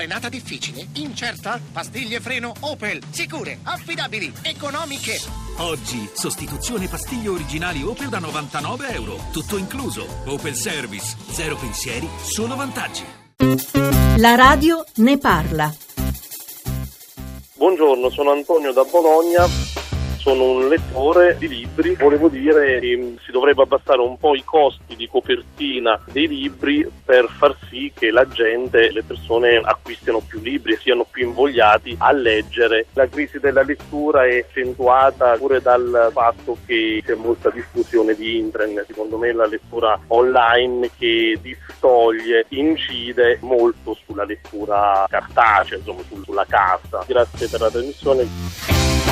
Frenata difficile? Incerta? Pastiglie freno Opel. Sicure, affidabili, economiche. Oggi, sostituzione pastiglie originali Opel da €99. Tutto incluso. Opel Service. Zero pensieri, solo vantaggi. La radio ne parla. Buongiorno, sono Antonio da Bologna. Sono un lettore di libri. Volevo dire che si dovrebbe abbassare un po' i costi di copertina dei libri per far sì che la gente, le persone acquistino più libri e siano più invogliati a leggere. La crisi della lettura è accentuata pure dal fatto che c'è molta diffusione di internet. Secondo me la lettura online che distoglie, incide molto sulla lettura cartacea, insomma sulla carta. Grazie per la trasmissione.